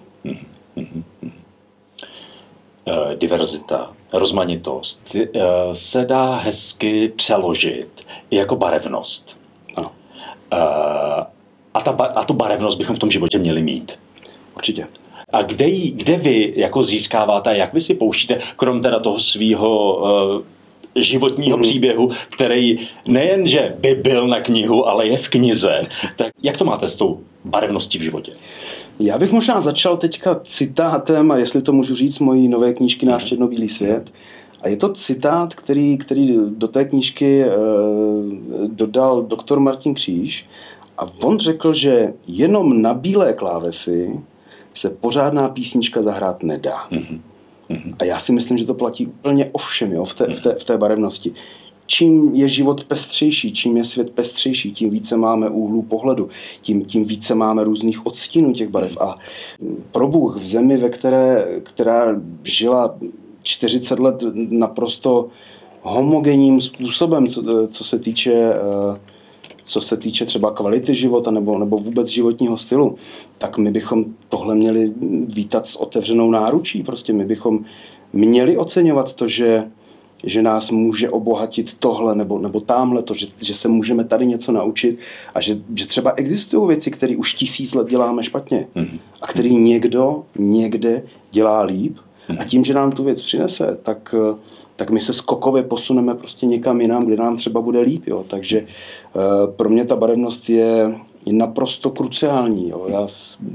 Diverzita, rozmanitost se dá hezky přeložit jako barevnost. Ano. A, ta, a tu barevnost bychom v tom životě měli mít. Určitě. A kde, jí, kde vy jako získáváte, jak vy si pouštíte, krom teda toho svýho uh, životního mm-hmm. příběhu, který nejenže by byl na knihu, ale je v knize, tak jak to máte s tou barevností v životě? Já bych možná začal teďka citátem, a jestli to můžu říct, mojí nové knížky Náš černobílý svět. A je to citát, který, který do té knížky e, dodal doktor Martin Kříž. A on řekl, že jenom na bílé klávesy se pořádná písnička zahrát nedá. Mm-hmm. A já si myslím, že to platí úplně o všem, jo, v, té, v, té, v té barevnosti. Čím je život pestřejší, čím je svět pestřejší, tím více máme úhlů pohledu, tím, tím více máme různých odstínů těch barev. A pro Bůh v zemi, ve které, která žila čtyřicet let naprosto homogenním způsobem, co, co se týče uh, co se týče třeba kvality života nebo, nebo vůbec životního stylu, tak my bychom tohle měli vítat s otevřenou náručí. Prostě my bychom měli oceňovat to, že, že nás může obohatit tohle nebo, nebo támhle, to, že, že se můžeme tady něco naučit a že, že třeba existují věci, které už tisíc let děláme špatně a který někdo někde dělá líp a tím, že nám tu věc přinese, tak, tak my se skokově posuneme prostě někam jinam, kde nám třeba bude líp. Jo. Takže uh, pro mě ta barevnost je naprosto kruciální. Jo. Já,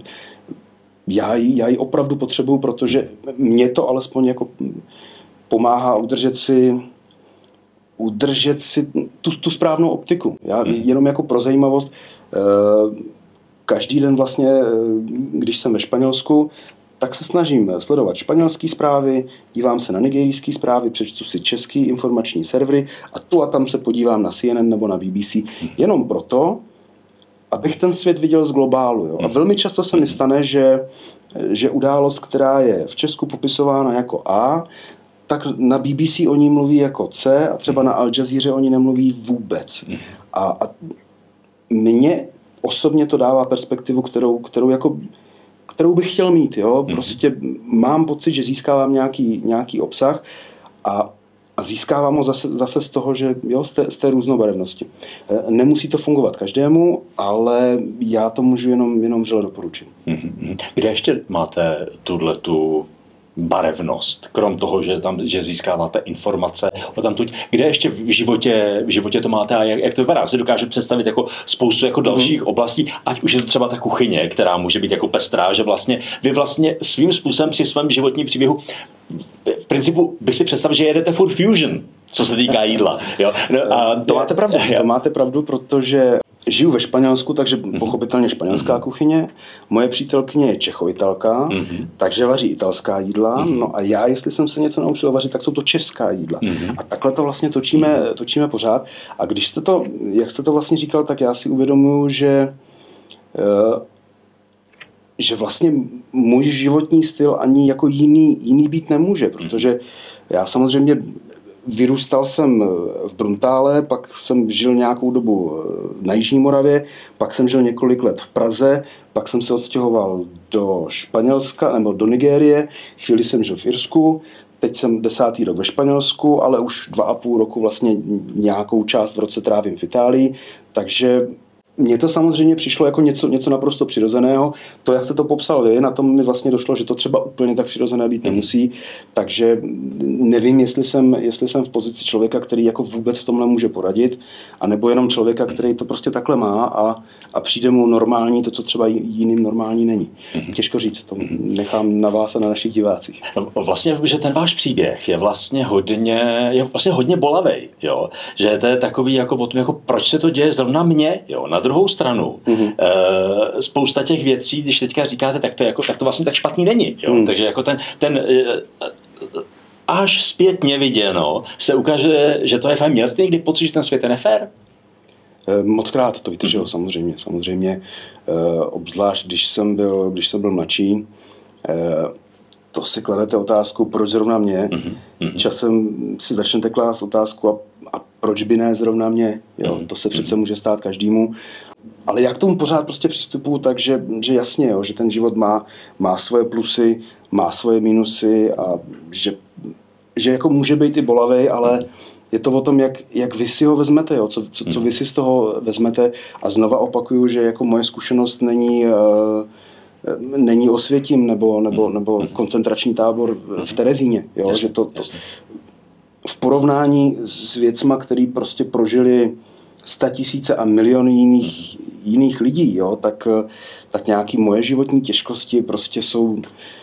já, ji, já ji opravdu potřebuju, protože mě to alespoň jako pomáhá udržet si udržet si tu, tu správnou optiku. Já jenom jako pro zajímavost, uh, každý den vlastně, když jsem ve Španělsku, tak se snažím sledovat španělské zprávy, dívám se na nigerijské zprávy, přečtu si český informační servery a tu a tam se podívám na C N N nebo na B B C. Jenom proto, abych ten svět viděl z globálu. Jo. A velmi často se mi stane, že, že událost, která je v Česku popisována jako A, tak na B B C o ní mluví jako C a třeba na Al Jazeera o ní nemluví vůbec. A, a mně osobně to dává perspektivu, kterou, kterou jako kterou bych chtěl mít. Jo? Prostě mám pocit, že získávám nějaký, nějaký obsah a, a získávám ho zase, zase z toho, že jo, z, té, z té různobarevnosti. Nemusí to fungovat každému, ale já to můžu jenom, jenom vřele doporučit. Kde ještě máte tuhletu barevnost, krom toho, že tam že získáváte informace o tamtuť, kde ještě v životě, v životě to máte a jak, jak to vypadá? Si dokážu představit jako spoustu jako dalších oblastí, ať už je to třeba ta kuchyně, která může být jako pestrá, že vlastně vy vlastně svým způsobem při svém životním příběhu v principu bych si představil, že jedete food fusion, co se týká jídla. Jo? No, a to máte pravdu, to máte pravdu, protože žiju ve Španělsku, takže pochopitelně španělská kuchyně. Moje přítelkyně je Čecho-Italka, mm-hmm. takže vaří italská jídla. Mm-hmm. No a já, jestli jsem se něco naučil vařit, tak jsou to česká jídla. Mm-hmm. A takhle to vlastně točíme, točíme pořád. A když jste to, jak jste to vlastně říkal, tak já si uvědomuju, že uh, že vlastně můj životní styl ani jako jiný, jiný být nemůže, protože já samozřejmě vyrůstal jsem v Bruntále, pak jsem žil nějakou dobu na Jižní Moravě, pak jsem žil několik let v Praze, pak jsem se odstěhoval do Španělska nebo do Nigérie, chvíli jsem žil v Irsku, teď jsem desátý rok ve Španělsku, ale už dva a půl roku vlastně nějakou část v roce trávím v Itálii, takže mně to samozřejmě přišlo jako něco, něco naprosto přirozeného. To, jak jste to popsal vy, na tom mi vlastně došlo, že to třeba úplně tak přirozené být nemusí. Takže nevím, jestli jsem, jestli jsem v pozici člověka, který jako vůbec v tomhle může poradit, anebo jenom člověka, který to prostě takhle má a, a přijde mu normální to, co třeba jiným normální není. Těžko říct, to nechám na vás a na našich divácích. Vlastně, že ten váš příběh je vlastně hodně, je vlastně hodně bolavej, jo? Že to je takový jako o tom, jako proč se to děje zrovna mně, jo? Na druhou stranu, mm-hmm. e, spousta těch věcí, když teďka říkáte, tak to, jako, tak to vlastně tak špatný není. Jo? Mm. Takže jako ten, ten e, až zpětně viděno se ukáže, že to je fajn. Měl jste někdy pocit, že ten svět je nefér? E, moc krát to víte, mm-hmm. že jo, samozřejmě. samozřejmě e, obzvlášť, když jsem byl, když jsem byl mladší, e, to si kladete otázku, proč zrovna mě. Mm-hmm. Časem si začnete klást otázku a, a proč by ne zrovna mě. Jo? Mm-hmm. To se přece může stát každému. Ale já k tomu pořád prostě přistupuji tak, že, že jasně, jo, že ten život má, má svoje plusy, má svoje minusy a že, že jako může být i bolavej, ale je to o tom, jak, jak vy si ho vezmete, jo? Co, co, co vy si z toho vezmete. A znova opakuju, že jako moje zkušenost není... Uh, není Osvětim nebo, nebo, nebo koncentrační tábor v Terezíně. Jo? Jasně, že to, to v porovnání s věcma, který prostě prožili statisíce a miliony jiných, jiných lidí, jo? Tak, tak nějaký moje životní těžkosti prostě jsou,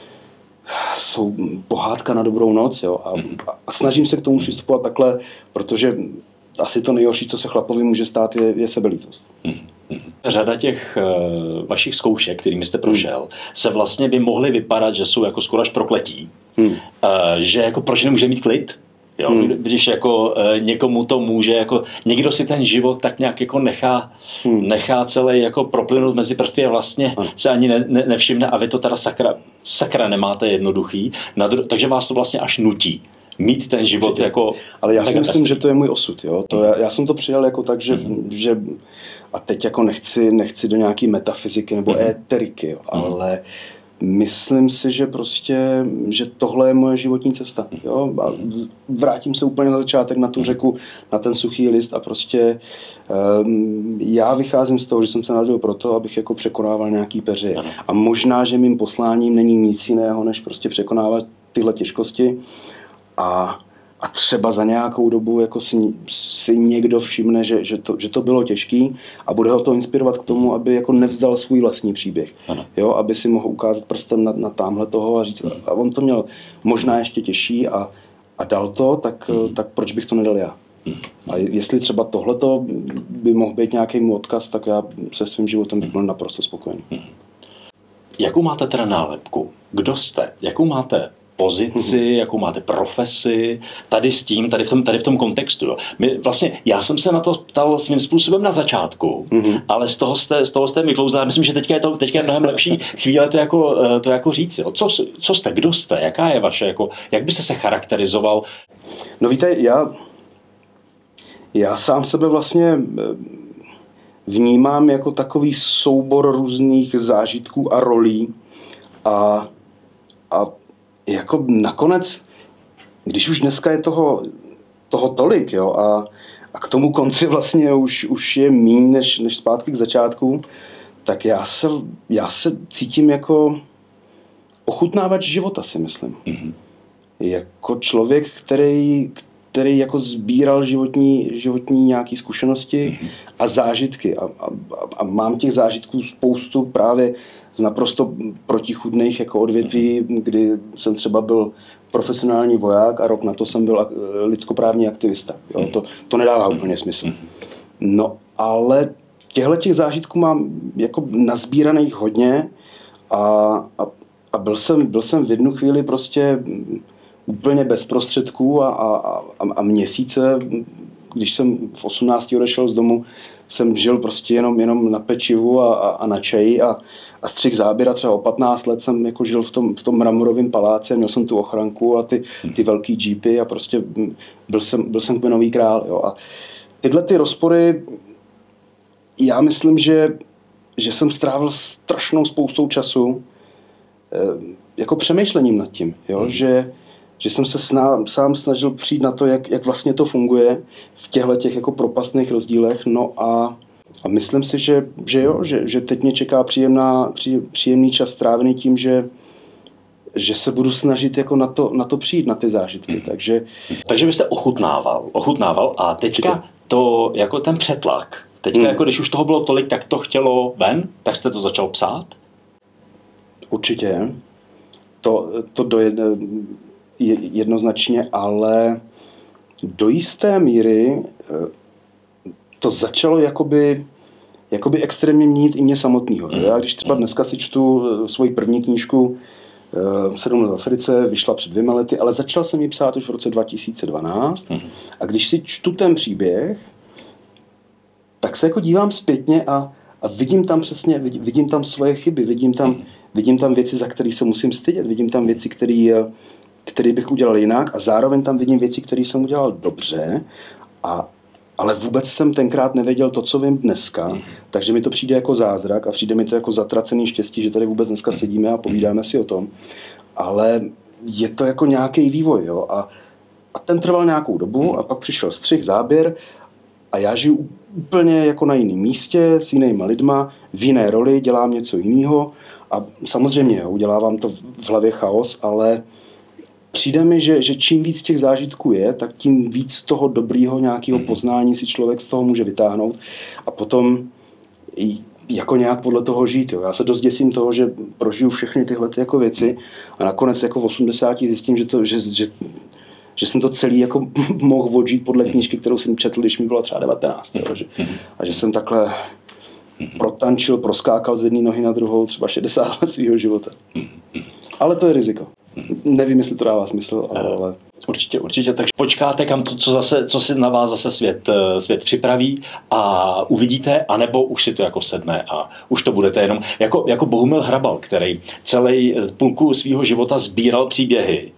jsou pohádka na dobrou noc. Jo? A, a snažím se k tomu přistupovat takhle, protože asi to nejhorší, co se chlapovi může stát, je, je sebelítost. Řada těch uh, vašich zkoušek, kterými jste prošel, hmm. se vlastně by mohly vypadat, že jsou jako skoro až prokletí. Hmm. Uh, že jako proč nemůže mít klid? Jo? Hmm. Když jako uh, někomu to může, jako někdo si ten život tak nějak jako nechá, hmm. nechá celý jako proplynout mezi prsty a vlastně hmm. se ani ne, ne, nevšimne a vy to teda sakra, sakra nemáte jednoduchý. Dru- takže vás to vlastně až nutí mít ten život Určitě. Jako... Ale já si myslím, že to je můj osud. Jo? To já, já jsem to přijal jako tak, že, mm-hmm. že a teď jako nechci, nechci do nějaký metafyziky nebo mm-hmm. éteriky, jo? Ale myslím si, že prostě, že tohle je moje životní cesta. Jo? A vrátím se úplně na začátek na tu řeku, na ten suchý list a prostě um, já vycházím z toho, že jsem se narodil proto, abych jako překonával nějaký peřeje. A možná, že mým posláním není nic jiného, než prostě překonávat tyhle těžkosti a A třeba za nějakou dobu jako si, si někdo všimne, že, že, to, že to bylo těžký a bude ho to inspirovat k tomu, aby jako nevzdal svůj vlastní příběh. Jo, aby si mohl ukázat prstem na, na támhle toho a říct, a on to měl možná ještě těžší a, a dal to, tak, tak proč bych to nedal já? A jestli třeba tohleto by mohl být nějaký můj odkaz, tak já se svým životem bych byl naprosto spokojený. Jakou máte teda nálepku? Kdo jste? Jakou máte pozici, mm-hmm. jakou máte profesi, tady s tím, tady v tom, tady v tom kontextu. Jo. My, vlastně, já jsem se na to ptal svým způsobem na začátku, mm-hmm. ale z toho jste, z toho jste vyklouzla. Myslím, že teďka je to teďka je mnohem lepší chvíle to jako, to jako říct. Jo. Co, co jste, kdo jste, jaká je vaše, jako, jak byste se charakterizoval? No víte, já, já sám sebe vlastně vnímám jako takový soubor různých zážitků a rolí a, a jako nakonec, když už dneska je toho, toho tolik, jo, a, a k tomu konci vlastně už, už je míň než, než zpátky k začátku, tak já se, já se cítím jako ochutnávač života, si myslím. Mm-hmm. Jako člověk, který, který jako sbíral životní, životní nějaké zkušenosti mm-hmm. a zážitky. A, a, a mám těch zážitků spoustu právě z naprosto protichůdných jako odvětví, kdy jsem třeba byl profesionální voják a rok na to jsem byl lidskoprávní aktivista. Jo, to, to nedává úplně smysl. No, ale těchto těch zážitků mám jako nazbíraných hodně a, a, a byl, jsem, byl jsem v jednu chvíli prostě úplně bez prostředků a, a, a, a měsíce, když jsem v osmnácti odešel z domu, jsem žil prostě jenom, jenom na pečivu a, a, a na čaji a, a střih záběr a třeba o patnáct let jsem jako žil v tom, v tom mramorovém paláci, měl jsem tu ochranku a ty, ty velký jeepy a prostě byl jsem, byl jsem kmenový král. Jo. A tyhle ty rozpory, já myslím, že, že jsem strávil strašnou spoustou času eh, jako přemýšlením nad tím, jo, hmm. že že jsem se sná, sám snažil přijít na to, jak, jak vlastně to funguje v těchto těch jako propastných rozdílech. No a, a myslím si, že, že jo, že, že teď mě čeká příjemná, pří, příjemný čas strávený tím, že, že se budu snažit jako na to, na to přijít, na ty zážitky. Hmm. Takže, Takže byste ochutnával, ochutnával a teďka určitě. To jako ten přetlak. Teďka hmm. jako když už toho bylo tolik, tak to chtělo ven, tak jste to začal psát? Určitě. To, to dojede jednoznačně, ale do jisté míry to začalo jakoby, jakoby extrémně měnit i mě samotného. Já když třeba dneska si čtu svoji první knížku Sedm let v Africe, vyšla před dvěma lety, ale začal jsem ji psát už v roce dva tisíce dvanáct a když si čtu ten příběh, tak se jako dívám zpětně a, a vidím tam přesně, vidím, vidím tam svoje chyby, vidím tam, vidím tam věci, za které se musím stydět, vidím tam věci, které který bych udělal jinak a zároveň tam vidím věci, které jsem udělal dobře, a, ale vůbec jsem tenkrát nevěděl to, co vím dneska, mm. takže mi to přijde jako zázrak a přijde mi to jako zatracený štěstí, že tady vůbec dneska sedíme a povídáme si o tom, ale je to jako nějaký vývoj, jo, a, a ten trval nějakou dobu a pak přišel střih, záběr a já žiju úplně jako na jiném místě, s jinýma lidma, v jiné roli, dělám něco jiného a samozřejmě jo, udělávám to v hlavě chaos, ale přijde mi, že, že čím víc těch zážitků je, tak tím víc toho dobrýho nějakého poznání si člověk z toho může vytáhnout a potom jako nějak podle toho žít. Jo. Já se dost děsím toho, že prožiju všechny tyhle ty jako věci a nakonec jako v osmdesáti zjistím, že, to, že, že, že jsem to celý jako mohl odžít podle knížky, kterou jsem četl, když mi bylo třeba devatenáct. Jo. Že, a že jsem takhle protančil, proskákal z jedné nohy na druhou třeba šedesát let svýho života. Ale to je riziko. Nevím, jestli to dává smysl, ale... Určitě, určitě. Takže počkáte, kam to, co, zase, co si na vás zase svět, svět připraví a uvidíte, anebo už si to jako sedne a už to budete jenom... Jako, jako Bohumil Hrabal, který celý půlku svého života sbíral příběhy mm-hmm.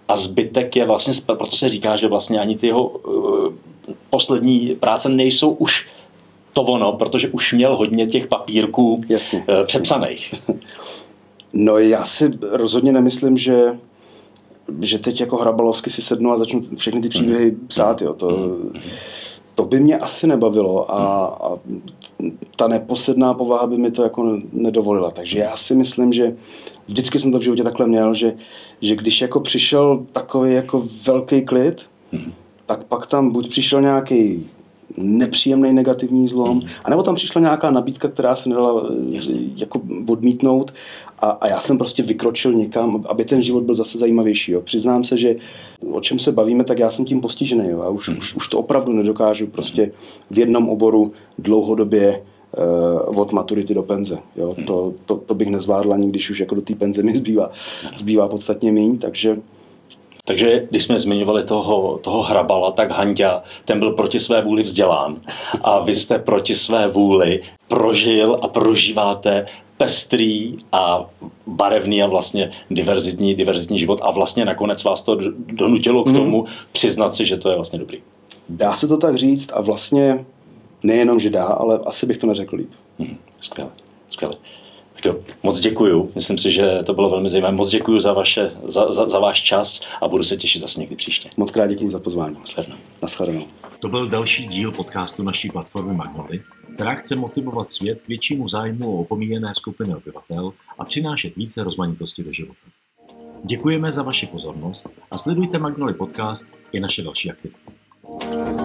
a zbytek je vlastně, proto se říká, že vlastně ani ty jeho uh, poslední práce nejsou už to ono, protože už měl hodně těch papírků jasně, uh, jasně. přepsaných. No já si rozhodně nemyslím, že, že teď jako Hrabalovsky si sednu a začnu všechny ty příběhy psát. Jo. To, to by mě asi nebavilo a, a ta neposedná povaha by mi to jako nedovolila. Takže já si myslím, že vždycky jsem to v životě takhle měl, že, že když jako přišel takový jako velký klid, tak pak tam buď přišel nějaký nepříjemný negativní zlom, mm. anebo tam přišla nějaká nabídka, která se nedala jako odmítnout a, a já jsem prostě vykročil někam, aby ten život byl zase zajímavější. Jo. Přiznám se, že o čem se bavíme, tak já jsem tím postižený. Jo. A už, mm. už, už to opravdu nedokážu prostě v jednom oboru dlouhodobě uh, od maturity do penze. Jo. Mm. To, to, to bych nezvládl ani když už jako do té penze mi zbývá, zbývá podstatně méně, takže Takže když jsme zmiňovali toho, toho Hrabala, tak Hanďa, ten byl proti své vůli vzdělán a vy jste proti své vůli prožil a prožíváte pestrý a barevný a vlastně diverzitní, diverzitní život a vlastně nakonec vás to donutilo k tomu přiznat si, že to je vlastně dobrý. Dá se to tak říct a vlastně nejenom, že dá, ale asi bych to neřekl líp. Hmm, skvěle, skvěle. Tak jo, moc děkuju. Myslím si, že to bylo velmi zajímavé. Moc děkuju za, vaše, za, za, za váš čas a budu se těšit zase někdy příště. Moc krát děkuju za pozvání. Nashledanou. Nashledanou. To byl další díl podcastu naší platformy Magnoly, která chce motivovat svět k většímu zájmu o opomíjené skupiny obyvatel a přinášet více rozmanitosti do života. Děkujeme za vaši pozornost a sledujte Magnoly podcast i naše další aktivity.